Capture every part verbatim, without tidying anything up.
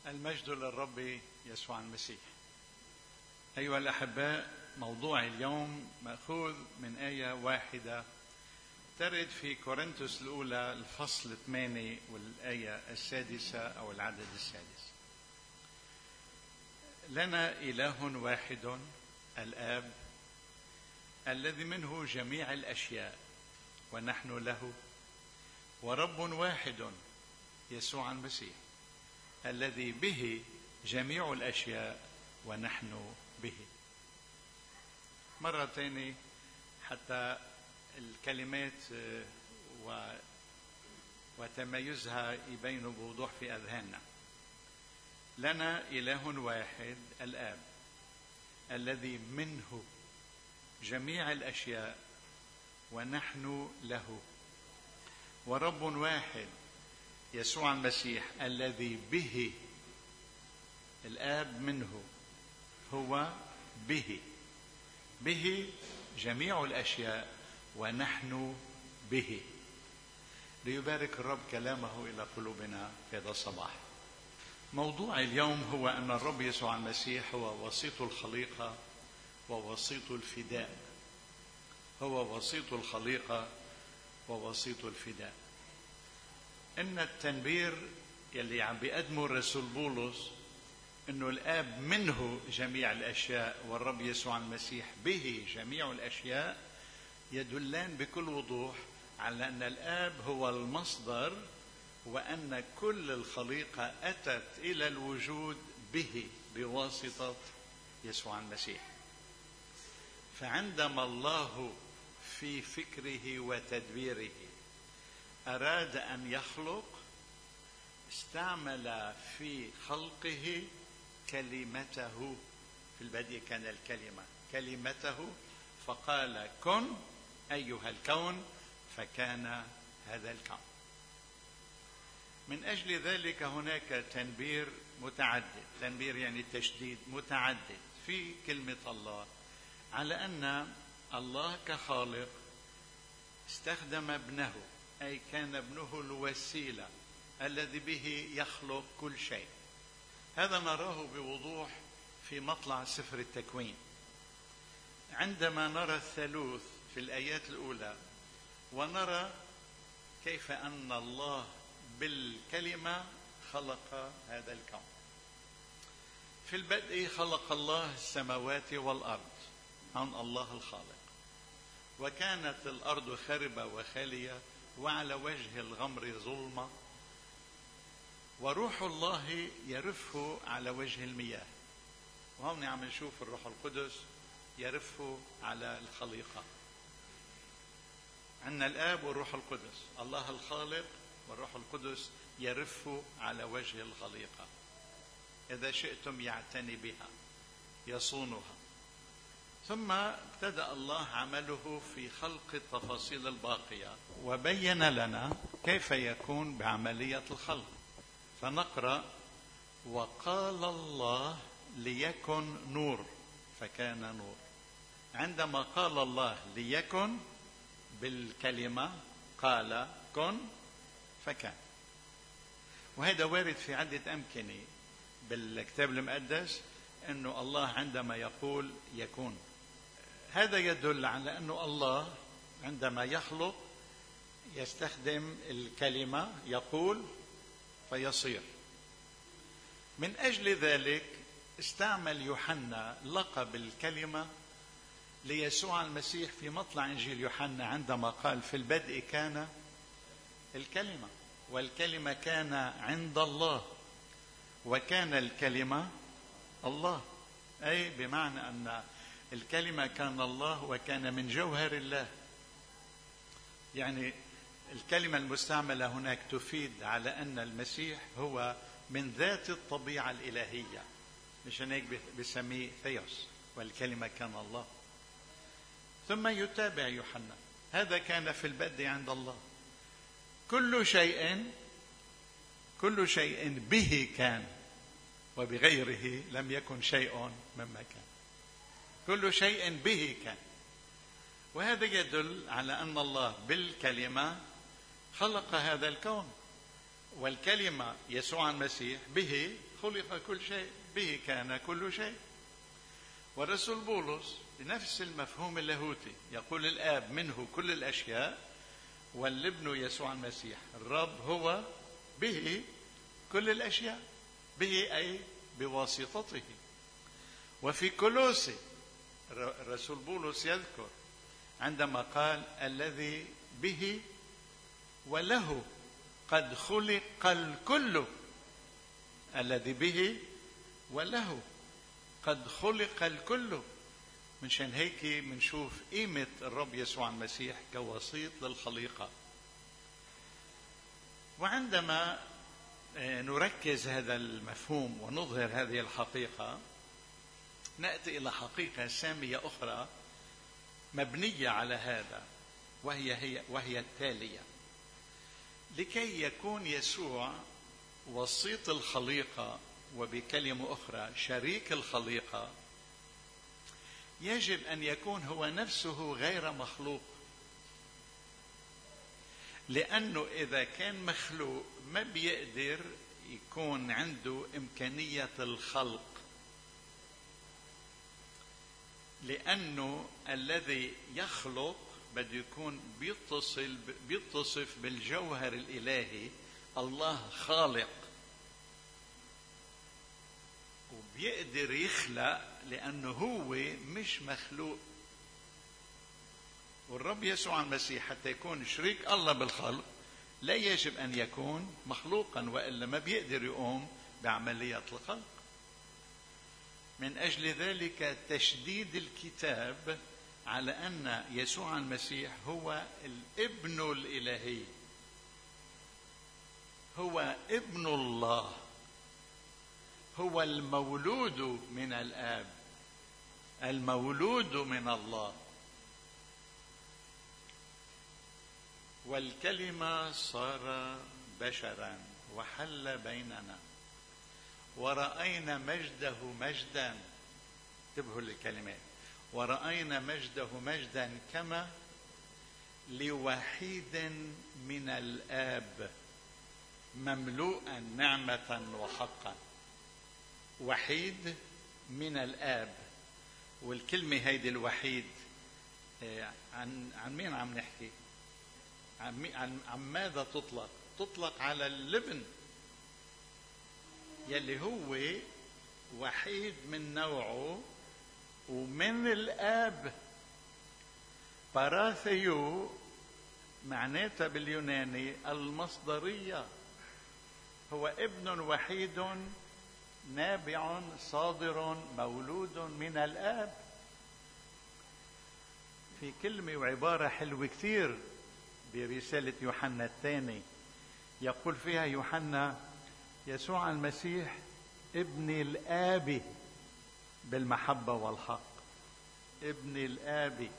المجد للرب يسوع المسيح. أيها الأحباء، موضوع اليوم مأخوذ من آية واحدة ترد في كورنثوس الأولى الفصل ثمانية والآية السادسة أو العدد السادس. لنا إله واحد الآب الذي منه جميع الأشياء ونحن له، ورب واحد يسوع المسيح الذي به جميع الأشياء ونحن به. مرة ثانية حتى الكلمات وتميزها يبين بوضوح في أذهاننا. لنا إله واحد الآب الذي منه جميع الأشياء ونحن له، ورب واحد يسوع المسيح الذي به الآب منه هو به به جميع الأشياء ونحن به. ليبارك الرب كلامه إلى قلوبنا في هذا الصباح. موضوع اليوم هو أن الرب يسوع المسيح هو وسيط الخليقة ووسيط الفداء. هو وسيط الخليقة ووسيط الفداء. إن التنبير يلي عم بيقدمه الرسول بولس إنه الآب منه جميع الأشياء والرب يسوع المسيح به جميع الأشياء يدلان بكل وضوح على أن الآب هو المصدر، وأن كل الخليقة أتت إلى الوجود به بواسطة يسوع المسيح. فعندما الله في فكره وتدبيره أراد أن يخلق، استعمل في خلقه كلمته. في البدء كان الكلمة، كلمته، فقال كن أيها الكون، فكان هذا الكون. من أجل ذلك هناك تنبير متعدد، تنبير يعني تشديد متعدد في كلمة الله على أن الله كخالق استخدم ابنه، أي كان ابنه الوسيلة الذي به يخلق كل شيء. هذا نراه بوضوح في مطلع سفر التكوين، عندما نرى الثالوث في الآيات الأولى، ونرى كيف أن الله بالكلمة خلق هذا الكون. في البدء خلق الله السماوات والأرض، عن الله الخالق. وكانت الأرض خربة وخالية وعلى وجه الغمر ظلمة، وروح الله يرف على وجه المياه. وهون عم نشوف الروح القدس يرف على الخليقة. عندنا الآب والروح القدس، الله الخالق والروح القدس يرف على وجه الخليقة. إذا شئتم يعتني بها، يصونها. ثم ابتدأ الله عمله في خلق التفاصيل الباقية، وبين لنا كيف يكون بعملية الخلق. فنقرأ: وقال الله ليكن نور، فكان نور. عندما قال الله ليكن بالكلمة، قال كن فكان. وهذا وارد في عدة أمكنة بالكتاب المقدس، أنه الله عندما يقول يكون. هذا يدل على أنه الله عندما يخلق يستخدم الكلمة، يقول فيصير. من أجل ذلك استعمل يوحنا لقب الكلمة ليسوع المسيح في مطلع إنجيل يوحنا، عندما قال: في البدء كان الكلمة، والكلمة كان عند الله، وكان الكلمة الله. أي بمعنى أن الكلمة كان الله وكان من جوهر الله. يعني الكلمة المستعملة هناك تفيد على أن المسيح هو من ذات الطبيعة الإلهية، مشان هيك بسميه ثيوس، والكلمة كان الله. ثم يتابع يوحنا: هذا كان في البدء عند الله، كل شيء كل شيء به كان، وبغيره لم يكن شيء مما كان. كل شيء به كان. وهذا يدل على أن الله بالكلمة خلق هذا الكون. والكلمة يسوع المسيح به خلق كل شيء، به كان كل شيء. والرسول بولس بنفس المفهوم اللاهوتي يقول الآب منه كل الأشياء، والابن يسوع المسيح الرب هو به كل الأشياء، به أي بواسطته. وفي كولوسي الرسول بولس يذكر عندما قال الذي به وله قد خلق الكل، الذي به وله قد خلق الكل. منشان هيك منشوف قيمة الرب يسوع المسيح كوسيط للخليقة. وعندما نركز هذا المفهوم ونظهر هذه الحقيقة، نأتي إلى حقيقة سامية أخرى مبنية على هذا، وهي هي وهي التالية: لكي يكون يسوع وسيط الخليقة، وبكلمة أخرى شريك الخليقة، يجب أن يكون هو نفسه غير مخلوق. لأنه إذا كان مخلوق ما بيقدر يكون عنده إمكانية الخلق، لأنه الذي يخلق بده يكون بيتصل بيتصف بالجوهر الإلهي. الله خالق وبيقدر يخلق لأنه هو مش مخلوق. والرب يسوع المسيح حتى يكون شريك الله بالخلق لا يجب أن يكون مخلوقا، وإلا ما بيقدر يقوم بعملية الخلق. من أجل ذلك تشديد الكتاب على أن يسوع المسيح هو الابن الإلهي، هو ابن الله، هو المولود من الآب، المولود من الله. والكلمة صار بشرا وحل بيننا ورأينا مجده مجدا، انتبهوا للكلمات، ورأينا مجده مجدا كما لوحيد من الآب مملوءا نعمة وحقا. وحيد من الآب. والكلمة هيدي الوحيد عن عن مين عم نحكي؟ عن عن, عن ماذا تطلق؟ تطلق على الابن يلي هو وحيد من نوعه ومن الآب. باراثيو معناتها باليوناني المصدرية، هو ابن وحيد نابع صادر مولود من الآب. في كلمة وعبارة حلوة كثير برسالة يوحنا الثاني، يقول فيها يوحنا يسوع المسيح ابن الآب بالمحبة والحق، ابن الآب.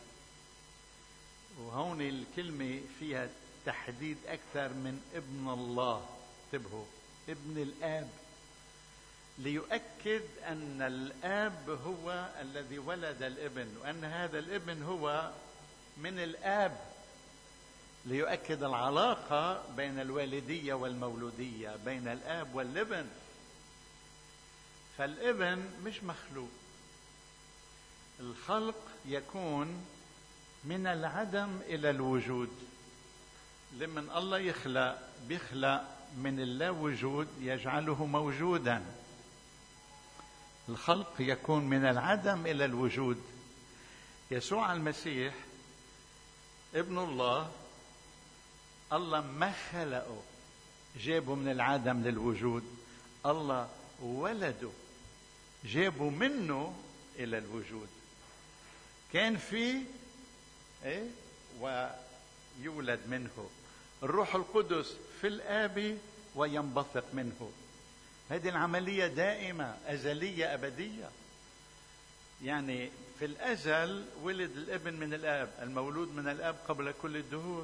وهون الكلمة فيها تحديد أكثر من ابن الله، انتبهوا، ابن الآب، ليؤكد أن الآب هو الذي ولد الابن، وأن هذا الابن هو من الآب، ليؤكد العلاقة بين الوالدية والمولودية، بين الآب والابن. فالابن مش مخلوق. الخلق يكون من العدم إلى الوجود. لمن الله يخلق بيخلق من اللا وجود يجعله موجودا. الخلق يكون من العدم إلى الوجود. يسوع المسيح ابن الله، الله ما خلقه جابه من العدم للوجود، الله ولده جابه منه إلى الوجود. كان فيه إيه ويولد منه الروح القدس في الآب وينبثق منه. هذه العملية دائمة أزلية أبدية. يعني في الأزل ولد الابن من الآب، المولود من الآب قبل كل الدهور.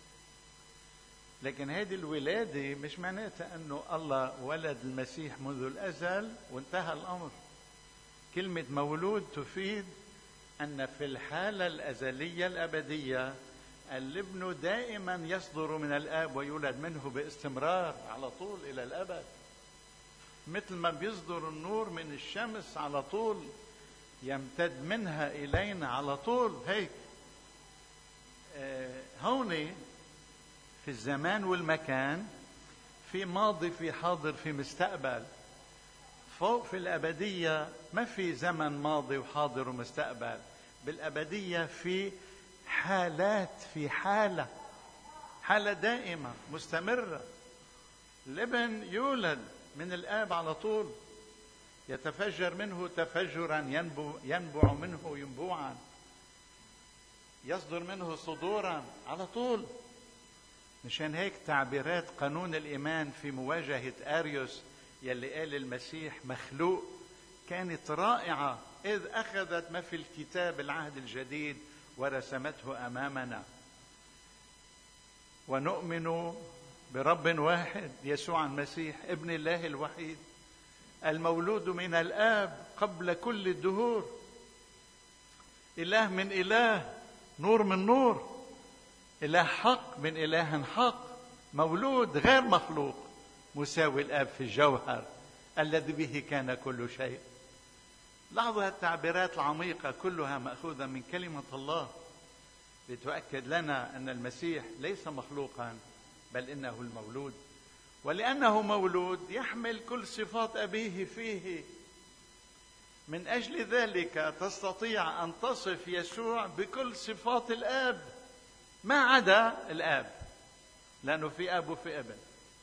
لكن هذه الولادة مش معناتها أنه الله ولد المسيح منذ الأزل وانتهى الأمر. كلمة مولود تفيد أن في الحالة الأزلية الأبدية الابن دائما يصدر من الآب ويولد منه باستمرار على طول إلى الأبد. مثل ما بيصدر النور من الشمس على طول يمتد منها إلينا على طول هيك. آه هون في الزمان والمكان، في ماضي في حاضر في مستقبل. فوق في الأبدية ما في زمن ماضي وحاضر ومستقبل، بالأبدية في حالات، في حالة حالة دائمة مستمرة. الابن يولد من الآب على طول، يتفجر منه تفجرا، ينبع, ينبع منه ينبوعا، يصدر منه صدورا على طول. مشان هيك تعبيرات قانون الإيمان في مواجهة آريوس يلي قال المسيح مخلوق كانت رائعة، إذ أخذت ما في الكتاب العهد الجديد ورسمته أمامنا. ونؤمن برب واحد يسوع المسيح ابن الله الوحيد المولود من الآب قبل كل الدهور، إله من إله، نور من نور، إله حق من إله حق، مولود غير مخلوق، مساوي الآب في الجوهر، الذي به كان كل شيء. لاحظوا التعبيرات العميقة كلها مأخوذة من كلمة الله لتؤكد لنا أن المسيح ليس مخلوقا بل إنه المولود. ولأنه مولود يحمل كل صفات أبيه فيه، من أجل ذلك تستطيع أن تصف يسوع بكل صفات الآب ما عدا الآب، لأنه في أب وفي ابن.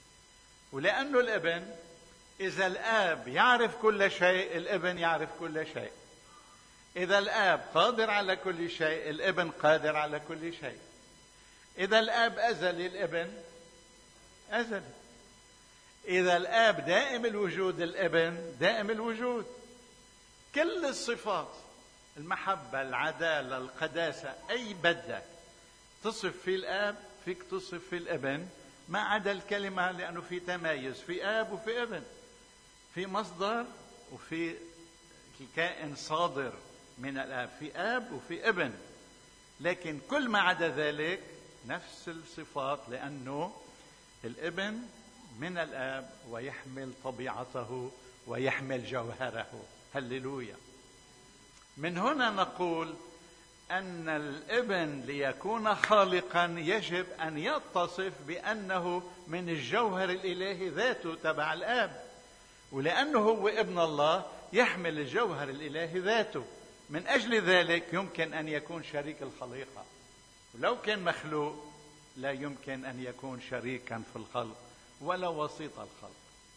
ولأنه الابن، إذا الآب يعرف كل شيء الابن يعرف كل شيء. إذا الآب قادر على كل شيء الابن قادر على كل شيء. إذا الآب أزلي الابن أزلي. إذا الآب دائم الوجود الابن دائم الوجود. كل الصفات، المحبة، العدالة، القداسة، أي بدك تصف في الآب فيك تصف في الابن ما عدا الكلمة، لأنه في تمايز، في آب وفي ابن، في مصدر وفي الكائن صادر من الآب، في آب وفي ابن. لكن كل ما عدا ذلك نفس الصفات، لأنه الابن من الآب ويحمل طبيعته ويحمل جوهره. هللويا. من هنا نقول أن الابن ليكون خالقا يجب أن يتصف بأنه من الجوهر الإلهي ذاته تبع الآب، ولأنه هو ابن الله يحمل الجوهر الإلهي ذاته. من أجل ذلك يمكن أن يكون شريك الخليقة، ولو كان مخلوق لا يمكن أن يكون شريكا في الخلق ولا وسيط الخلق.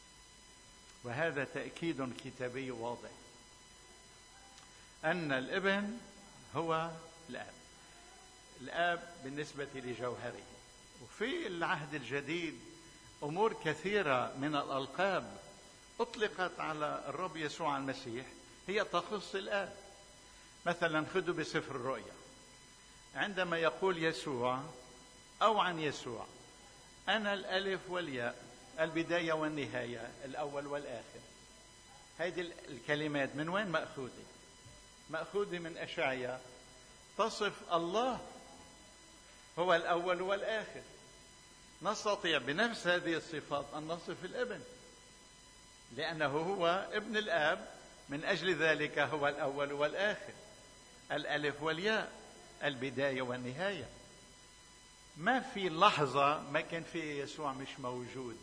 وهذا تأكيد كتابي واضح أن الابن هو الآب، الآب بالنسبة لجوهره. وفي العهد الجديد أمور كثيرة من الألقاب أطلقت على الرب يسوع المسيح هي تخص الآب. مثلا خذوا بسفر الرؤيا، عندما يقول يسوع أو عن يسوع أنا الألف والياء، البداية والنهاية، الأول والآخر. هذه الكلمات من وين مأخوذة؟ مأخوذة من أشعياء تصف الله هو الأول والآخر. نستطيع بنفس هذه الصفات أن نصف الابن، لأنه هو ابن الآب، من أجل ذلك هو الأول والآخر، الألف والياء، البداية والنهاية. ما في لحظة ما كان فيه يسوع مش موجود.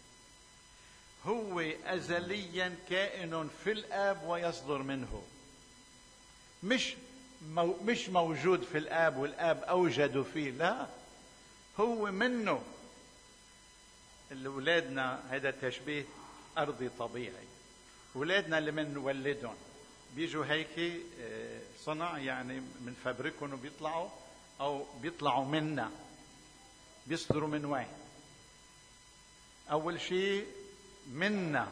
هو أزليا كائن في الآب ويصدر منه، مش مو مش موجود في الآب والآب أوجد فيه، لا، هو منه. الأولادنا هذا تشبيه أرضي طبيعي، أولادنا اللي منولدهم بيجوا هيك صنع، يعني من فبركهم وبيطلعوا أو بيطلعوا منا. بيصدروا من وين؟ أول شيء منا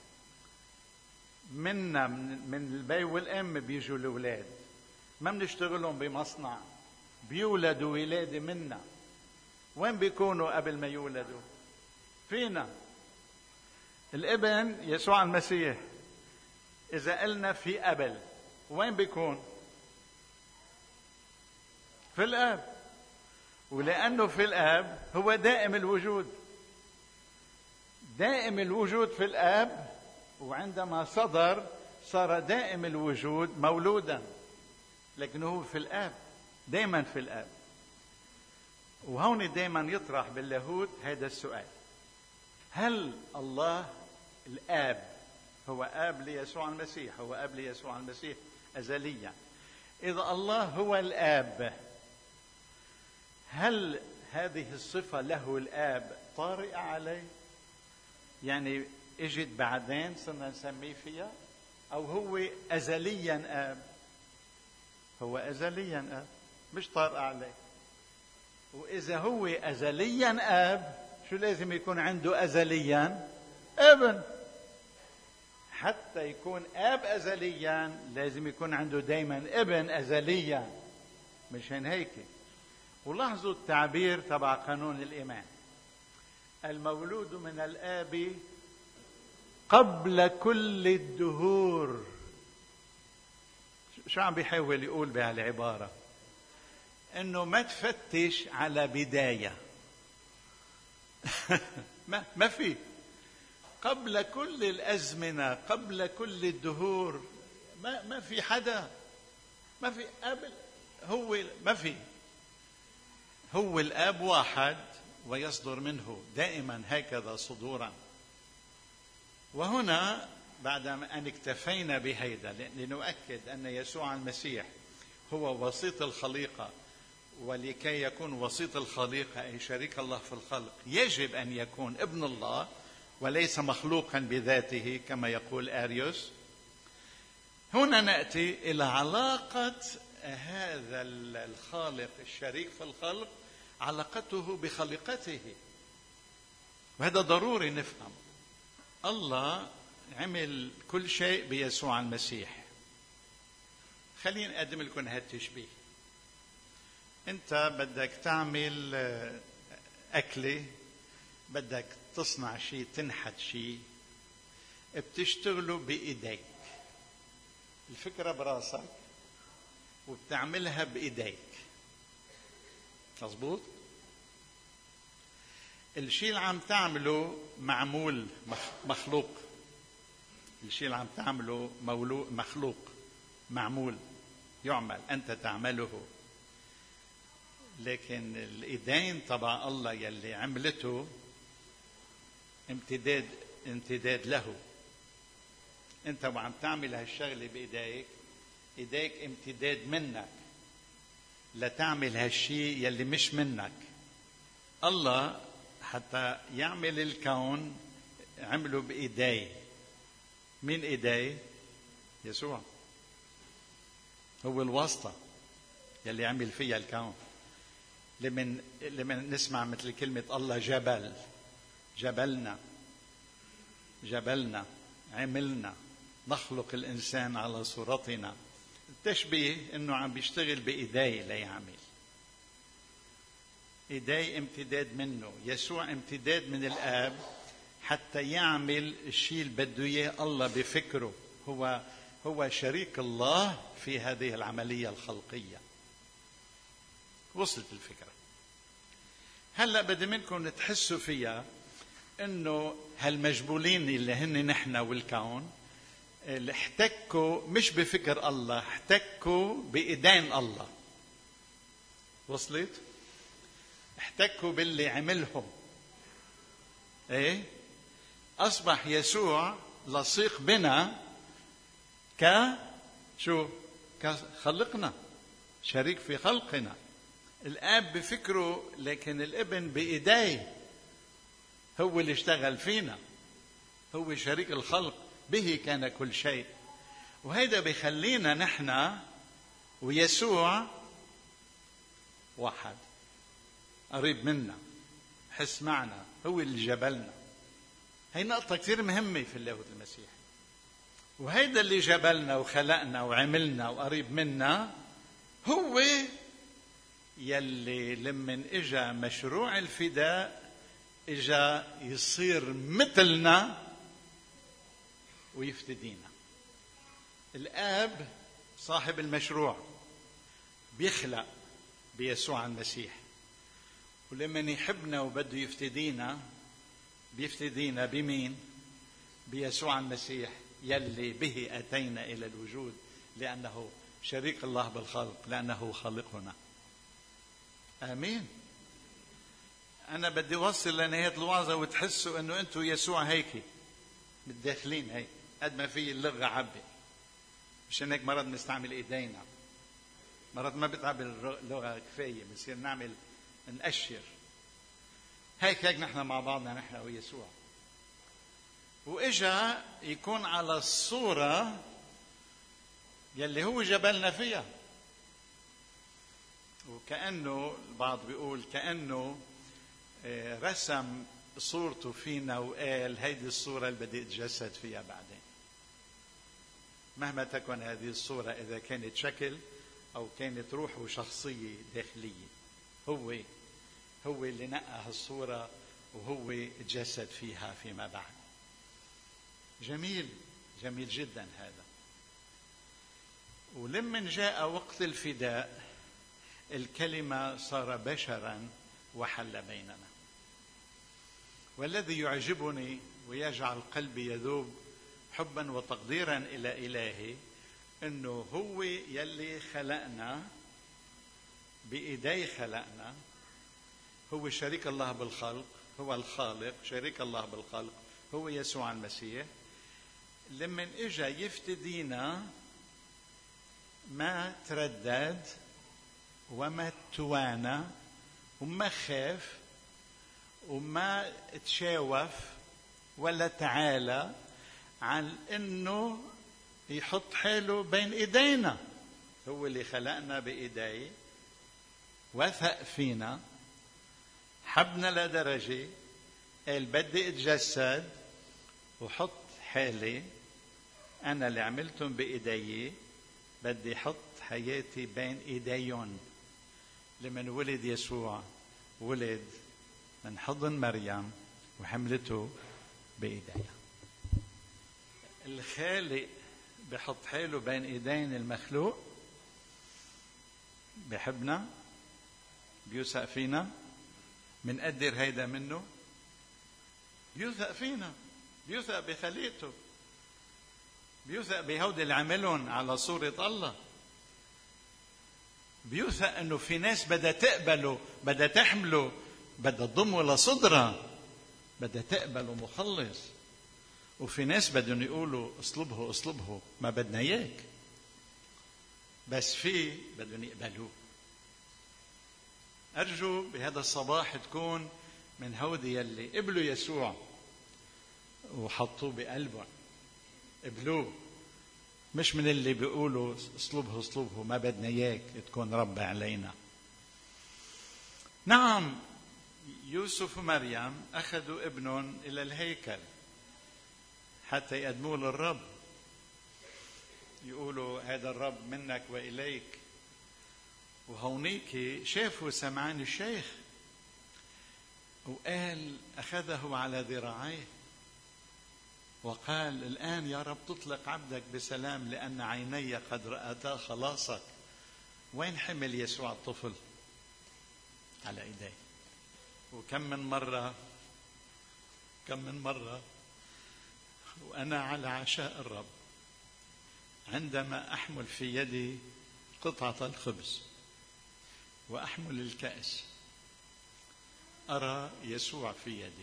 منا من البي والأم بيجوا الأولاد، ما بنشتغلهم بمصنع، بيولدوا ولادة منا. وين بيكونوا قبل ما يولدوا؟ فينا. الابن يسوع المسيح إذا قلنا في قبل، وين بيكون؟ في الآب. ولأنه في الآب هو دائم الوجود، دائم الوجود في الآب وعندما صدر صار دائم الوجود مولودا، لكنه هو في الآب، دائما في الآب. وهون دائما يطرح باللاهوت هذا السؤال: هل الله الآب هو آب ليسوع المسيح، هو آب ليسوع المسيح أزليا؟ إذا الله هو الآب، هل هذه الصفة له الآب طارئة عليه؟ يعني اجت بعدين صرنا نسميه فيها، أو هو أزليا آب؟ هو أزليا آب، مش طارئة عليه. وإذا هو أزليا آب، شو لازم يكون عنده أزليا ابن؟ حتى يكون آب أزليا لازم يكون عنده دايما ابن أزليا، مشان هيك. ولاحظوا التعبير تبع قانون الإيمان: المولود من الآب قبل كل الدهور. شو عم بيحاول يقول بهالعبارة؟ انه ما تفتش على بداية. ما ما في قبل كل الأزمنة، قبل كل الدهور، ما ما في حدا، ما في قبل. هو ما في، هو الآب واحد ويصدر منه دائما هكذا صدورا. وهنا بعد أن اكتفينا بهيدا لنؤكد أن يسوع المسيح هو وسيط الخليقة، ولكي يكون وسيط الخليقة أي شريك الله في الخلق يجب أن يكون ابن الله وليس مخلوقا بذاته كما يقول آريوس. هنا نأتي إلى علاقة هذا الخالق الشريك في الخلق، علاقته بخليقته، وهذا ضروري نفهم. الله عمل كل شيء بيسوع المسيح. خليني أقدم لكم هذا التشبيه. أنت بدك تعمل أكلة، بدك تصنع شيء، تنحت شيء، بتشتغله بإيديك. الفكرة براسك وبتعملها بإيديك، مظبوط؟ الشيء اللي عم تعمله معمول مخلوق، الشيء اللي عم تعمله مولوق مخلوق معمول يعمل، أنت تعمله. لكن الإيدين تبع الله يلي عملته امتداد امتداد له. أنت وعم تعمل هالشغلة بإيديك، إيديك امتداد منك لتعمل هالشيء يلي مش منك. الله حتى يعمل الكون عمله بإيديه. مين إيديه؟ يسوع، هو الواسطة يلي عمل فيها الكون. لمن لمن نسمع مثل كلمة الله جبل، جبلنا جبلنا عملنا، نخلق الإنسان على صورتنا. التشبيه إنه عم بيشتغل بإيديه ليعمل. إيديه امتداد منه، يسوع امتداد من الآب حتى يعمل الشيء اللي بده إياه الله بفكره. هو هو شريك الله في هذه العملية الخلقية. وصلت الفكرة؟ هلأ بدي منكم تحسوا فيها إنه هالمجبولين اللي هن نحن والكون اللي احتكوا مش بفكر الله، احتكوا بإيدين الله. وصلت؟ احتكوا باللي عملهم. ايه؟ أصبح يسوع لصيق بنا ك شو؟ كخلقنا، شريك في خلقنا. الآب بفكره، لكن الابن بإيديه، هو اللي اشتغل فينا، هو شريك الخلق، به كان كل شيء. وهذا بيخلينا نحن ويسوع واحد، قريب منا، حس معنا، هو اللي جبلنا. هي نقطة كثير مهمة في اللاهوت المسيحي. وهيدا اللي جبلنا وخلقنا وعملنا وقريب منا هو يلي لمن اجا مشروع الفداء اجا يصير مثلنا ويفتدينا. الآب صاحب المشروع بيخلق بيسوع المسيح، ولمن يحبنا وبده يفتدينا بيفتدينا بمين؟ بيسوع المسيح يلي به أتينا إلى الوجود، لأنه شريك الله بالخلق، لأنه خالقنا. آمين. أنا بدي أوصل لنهاية الوعظة وتحسوا أنه أنتوا يسوع هيك متداخلين هيك قد ما في اللغة عبي. مشان هيك مرات بنستعمل إيدينا، مرات ما بتعب اللغة كفاية، بنصير نعمل نأشر هيك هيك نحن مع بعضنا نحن ويسوع. وإجا يكون على الصورة يلي هو جبلنا فيها، وكأنه البعض بيقول كأنه رسم صورته فينا وقال هيدي الصورة اللي بدي اتجسد فيها بعدين. مهما تكن هذه الصورة، إذا كانت شكل أو كانت روح وشخصية داخلية، هو هو اللي نقى هالصورة وهو اتجسد فيها فيما بعد. جميل جميل جدا هذا. ولمن جاء وقت الفداء الكلمة صار بشرا وحل بيننا. والذي يعجبني ويجعل قلبي يذوب حبا وتقديرا إلى إلهي أنه هو يلي خلقنا بإيديه، خلقنا، هو شريك الله بالخلق، هو الخالق شريك الله بالخلق، هو يسوع المسيح. لمن اجا يفتدينا ما تردد وما توانى وما خاف وما تشاوف ولا تعالى عن انه يحط حاله بين ايدينا. هو اللي خلقنا بايديه، وثق فينا، حبنا لدرجة قال بدي اتجسد وحط حالي، انا اللي عملتم بايدي بدي حط حياتي بين ايديهم. لمن ولد يسوع ولد من حضن مريم وحملته بايديها. الخالق بحط حاله بين ايدين المخلوق، بحبنا، بيوثق فينا، منقدر هيدا منه، بيوثق فينا، بيوثق بخليقته، بيوثق بهودي اللي عملهم على صورة الله، بيوثق انه في ناس بدها تقبله، بدها تحمله، بدها تضمه لصدرها، بدها تقبله مخلص. وفي ناس بدهم يقولوا اصلبه اصلبه ما بدنا اياك، بس في بدهم يقبلوه. أرجو بهذا الصباح تكون من هودي يلي قبلوا يسوع وحطوه بقلبهم، قبلوه، مش من اللي بيقولوا اصلبه اصلبه ما بدنا اياك تكون رب علينا. نعم، يوسف ومريم أخذوا ابنهم إلى الهيكل حتى يقدموه للرب، يقولوا هذا الرب منك وإليك. وهونيك شافوا سمعان الشيخ وقال أخذه على ذراعيه وقال الآن يا رب تطلق عبدك بسلام لأن عيني قد رأتا خلاصك. وين حمل يسوع الطفل؟ على إيديه. وكم من مرة كم من مرة وأنا على عشاء الرب عندما أحمل في يدي قطعة الخبز وأحمل الكأس أرى يسوع في يدي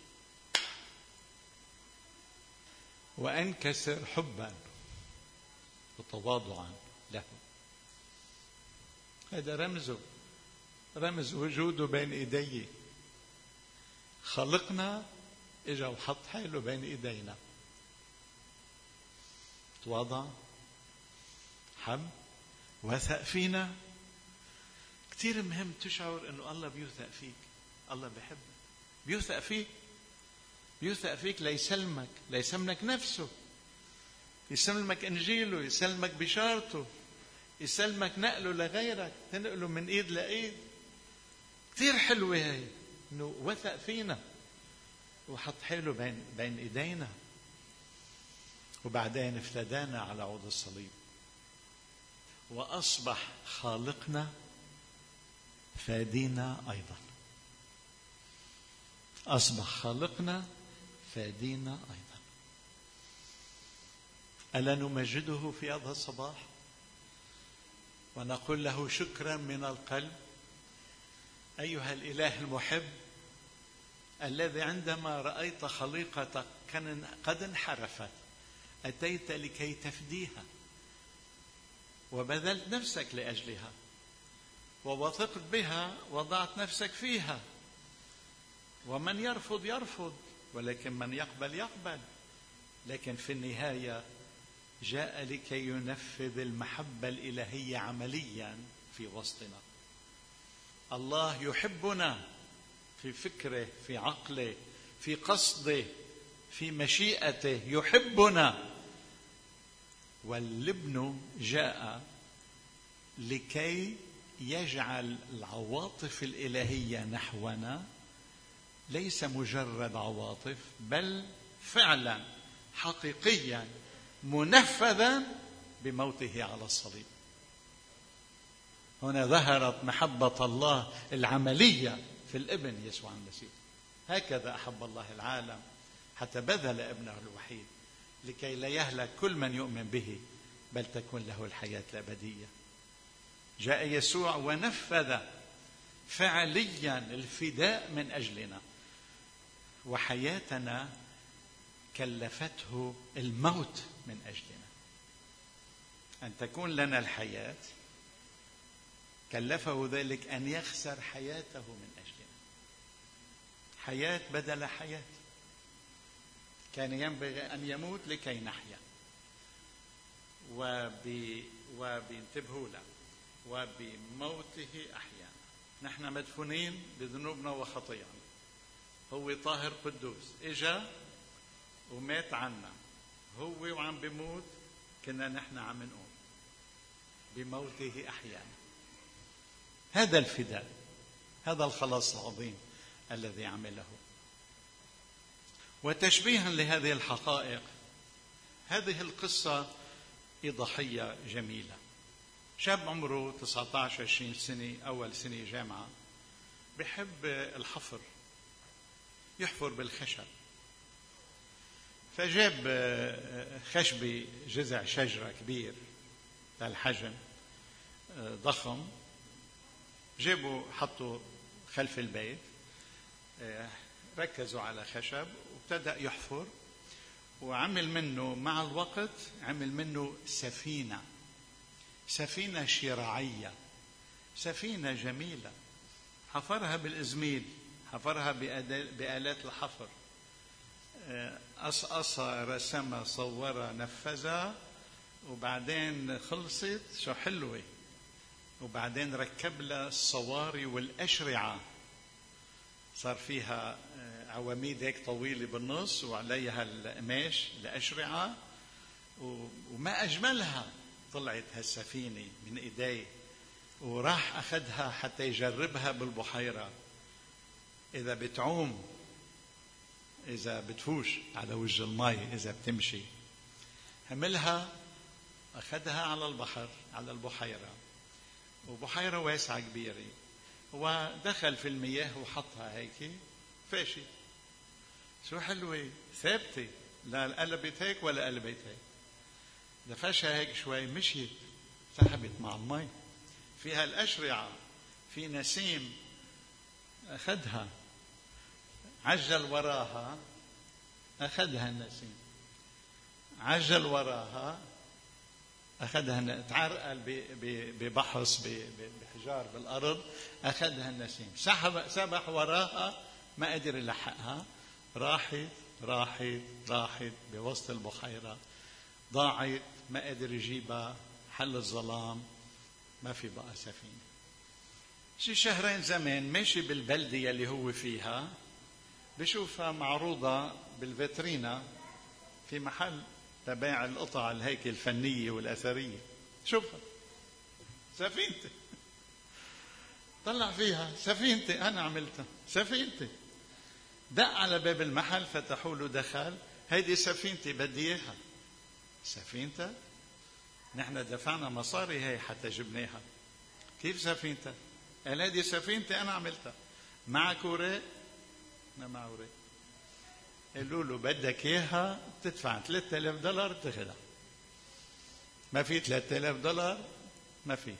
وأنكسر حبا وتواضعا له. هذا رمزه، رمز وجوده بين إيدي. خلقنا إجا وحط حاله بين إيدينا، تواضع، حب، وثق فينا. كتير مهم تشعر انه الله بيوثق فيك، الله بيحبك، بيوثق فيك، بيوثق فيك ليسلمك، ليسلمك نفسه، يسلمك انجيله، يسلمك بشارته، يسلمك نقله لغيرك، تنقله من ايد لايد. كتير حلوه هي انه وثق فينا وحط حاله بين بين ايدينا، وبعدين افتدانا على عود الصليب واصبح خالقنا فادينا أيضا. أصبح خالقنا فادينا أيضا. ألا نمجده في هذا الصباح ونقول له شكرا من القلب؟ أيها الإله المحب الذي عندما رأيت خليقتك قد انحرفت أتيت لكي تفديها وبذلت نفسك لأجلها ووثقت بها، وضعت نفسك فيها. ومن يرفض يرفض، ولكن من يقبل يقبل. لكن في النهاية جاء لكي ينفذ المحبة الإلهية عمليا في وسطنا. الله يحبنا في فكره، في عقله، في قصده، في مشيئته، يحبنا. والابن جاء لكي يجعل العواطف الإلهية نحونا ليس مجرد عواطف، بل فعلا حقيقيا منفذا بموته على الصليب. هنا ظهرت محبة الله العملية في الابن يسوع المسيح. هكذا أحب الله العالم حتى بذل ابنه الوحيد لكي لا يهلك كل من يؤمن به، بل تكون له الحياة الأبدية. جاء يسوع ونفذ فعليا الفداء من أجلنا، وحياتنا كلفته الموت من أجلنا. أن تكون لنا الحياة كلفه ذلك أن يخسر حياته من أجلنا. حياة بدل حياة. كان ينبغي أن يموت لكي نحيا. وبانتبهوا له وبموته أحيانا. نحن مدفونين بذنوبنا وخطايانا، هو طاهر قدوس، إجا ومات عنا، هو وعم بموت كنا نحن عم نقوم، بموته أحيانا. هذا الفداء، هذا الخلاص العظيم الذي عمله. وتشبيها لهذه الحقائق، هذه القصة إيضاحية جميلة. شاب عمره تسعة عشر عشرين سنة، أول سنة جامعة، بحب الحفر، يحفر بالخشب. فجاب خشبة، جذع شجرة كبير للحجم ضخم، جابوا حطوا خلف البيت، ركزوا على خشب وابتدأ يحفر، وعمل منه مع الوقت عمل منه سفينة، سفينة شراعية، سفينة جميلة. حفرها بالإزميل، حفرها بآلات الحفر، قصقص رسم صور نفذها، وبعدين خلصت شو حلوة. وبعدين ركب لها الصواري والأشرعة، صار فيها عواميد هيك طويلة بالنص وعليها القماش الأشرعة، وما أجملها. طلعت هالسفينة من إيديه، وراح أخذها حتى يجربها بالبحيرة، إذا بتعوم، إذا بتفوش على وجه الماء، إذا بتمشي. حملها أخذها على البحر، على البحيرة، وبحيرة واسعة كبيرة، ودخل في المياه وحطها هيك، فاشت. شو حلوة، ثابتة، لا قلبت هيك ولا قلبت هيك. دفشها هيك شوي، مشيت، سحبت مع المي. فيها الأشرعة، في نسيم، أخذها، عجل وراها، أخذها النسيم، عجل وراها، أخذها، تعرقل ببحص بحجار بالأرض، أخذها النسيم، سحب سبح وراها، ما قدر يلحقها، راحت راحت راحت بوسط البحيرة، ضاعت، ما قدر يجيبها، حل الظلام، ما في بقى سفينة. شي شهرين زمان ماشي بالبلدية اللي هو فيها، بشوفها معروضة بالفيترينا في محل تباع القطع الهيك الفنية والأثرية. شوفها، سفينتي، طلع فيها، سفينتي، أنا عملتها، سفينتي. دق على باب المحل، فتحوا له، دخل، هيدي سفينتي، بدي إياها. سفينتك؟ نحن دفعنا مصاري هي حتى جبناها. كيف سفينتك؟ قال هيدي سفينتي، أنا عملتها. معك ورق؟ ما معه ورق. قالوا له بدك إياها تدفع ثلاثة آلاف دولار تاخذها. ما في ثلاثة آلاف دولار، ما في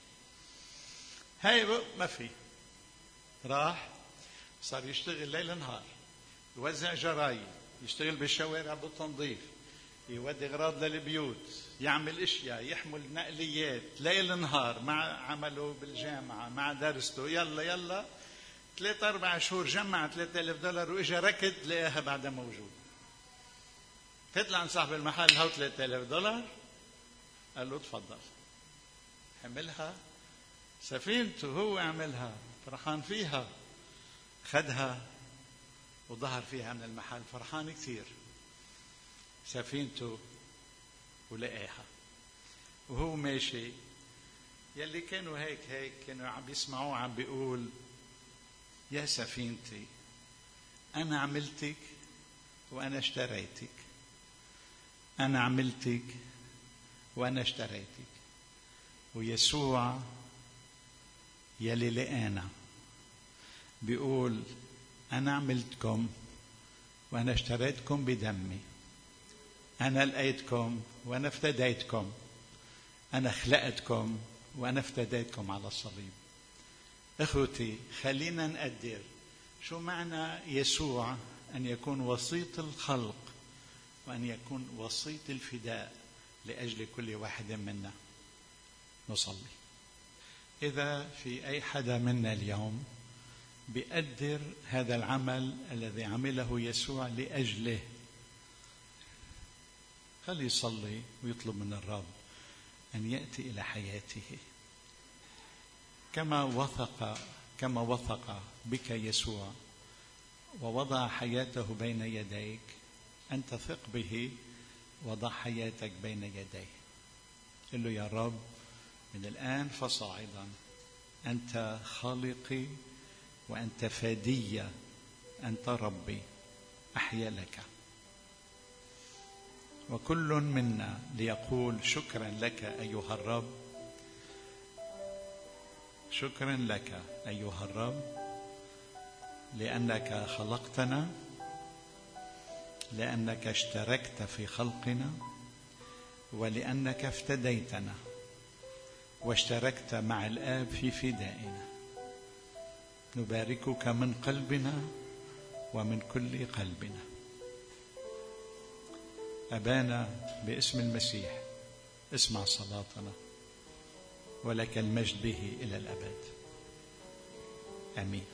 هاي ما في. راح صار يشتغل ليل نهار، يوزع جرايد، يشتغل بالشوارع بالتنظيف، يودي اغراض للبيوت، يعمل اشياء، يحمل نقليات ليل نهار مع عمله بالجامعه مع درسته. يلا يلا ثلاثة أربع شهور جمع ثلاثة آلاف دولار وإجا ركض لقاها بعدها موجود. فطلع عند صاحب المحل، هاو ثلاثة آلاف دولار. قال له تفضل. حملها سفينته، هو عملها، فرحان فيها، خدها وظهر فيها من المحل فرحان كثير. سفينته ولقاها وهو ماشي. يلي كانوا هيك هيك كانوا عم يسمعوه عم بيقول: يا سفينتي أنا عملتك وأنا اشتريتك، أنا عملتك وأنا اشتريتك. ويسوع يلي لقانا بيقول: أنا عملتكم وأنا اشتريتكم بدمي، أنا لقيتكم وأنا افتديتكم، أنا خلقتكم وأنا افتديتكم على الصليب. إخوتي، خلينا نقدر شو معنى يسوع أن يكون وسيط الخلق وأن يكون وسيط الفداء لأجل كل واحد منا. نصلي. إذا في أي حدا منا اليوم بيقدر هذا العمل الذي عمله يسوع لأجله، خلي يصلي ويطلب من الرب أن يأتي إلى حياته كما وثق كما وثق بك يسوع ووضع حياته بين يديك. أنت ثق به، وضع حياتك بين يديه. قل له: يا رب، من الآن فصاعدا أنت خالقي وأنت فادي، أنت ربي، أحيا لك. وكل منا ليقول: شكرا لك أيها الرب، شكرا لك أيها الرب، لأنك خلقتنا، لأنك اشتركت في خلقنا، ولأنك افتديتنا واشتركت مع الآب في فدائنا. نباركك من قلبنا ومن كل قلبنا. أبانا باسم المسيح، اسمع صلاتنا، ولك المجد به إلى الأبد. آمين.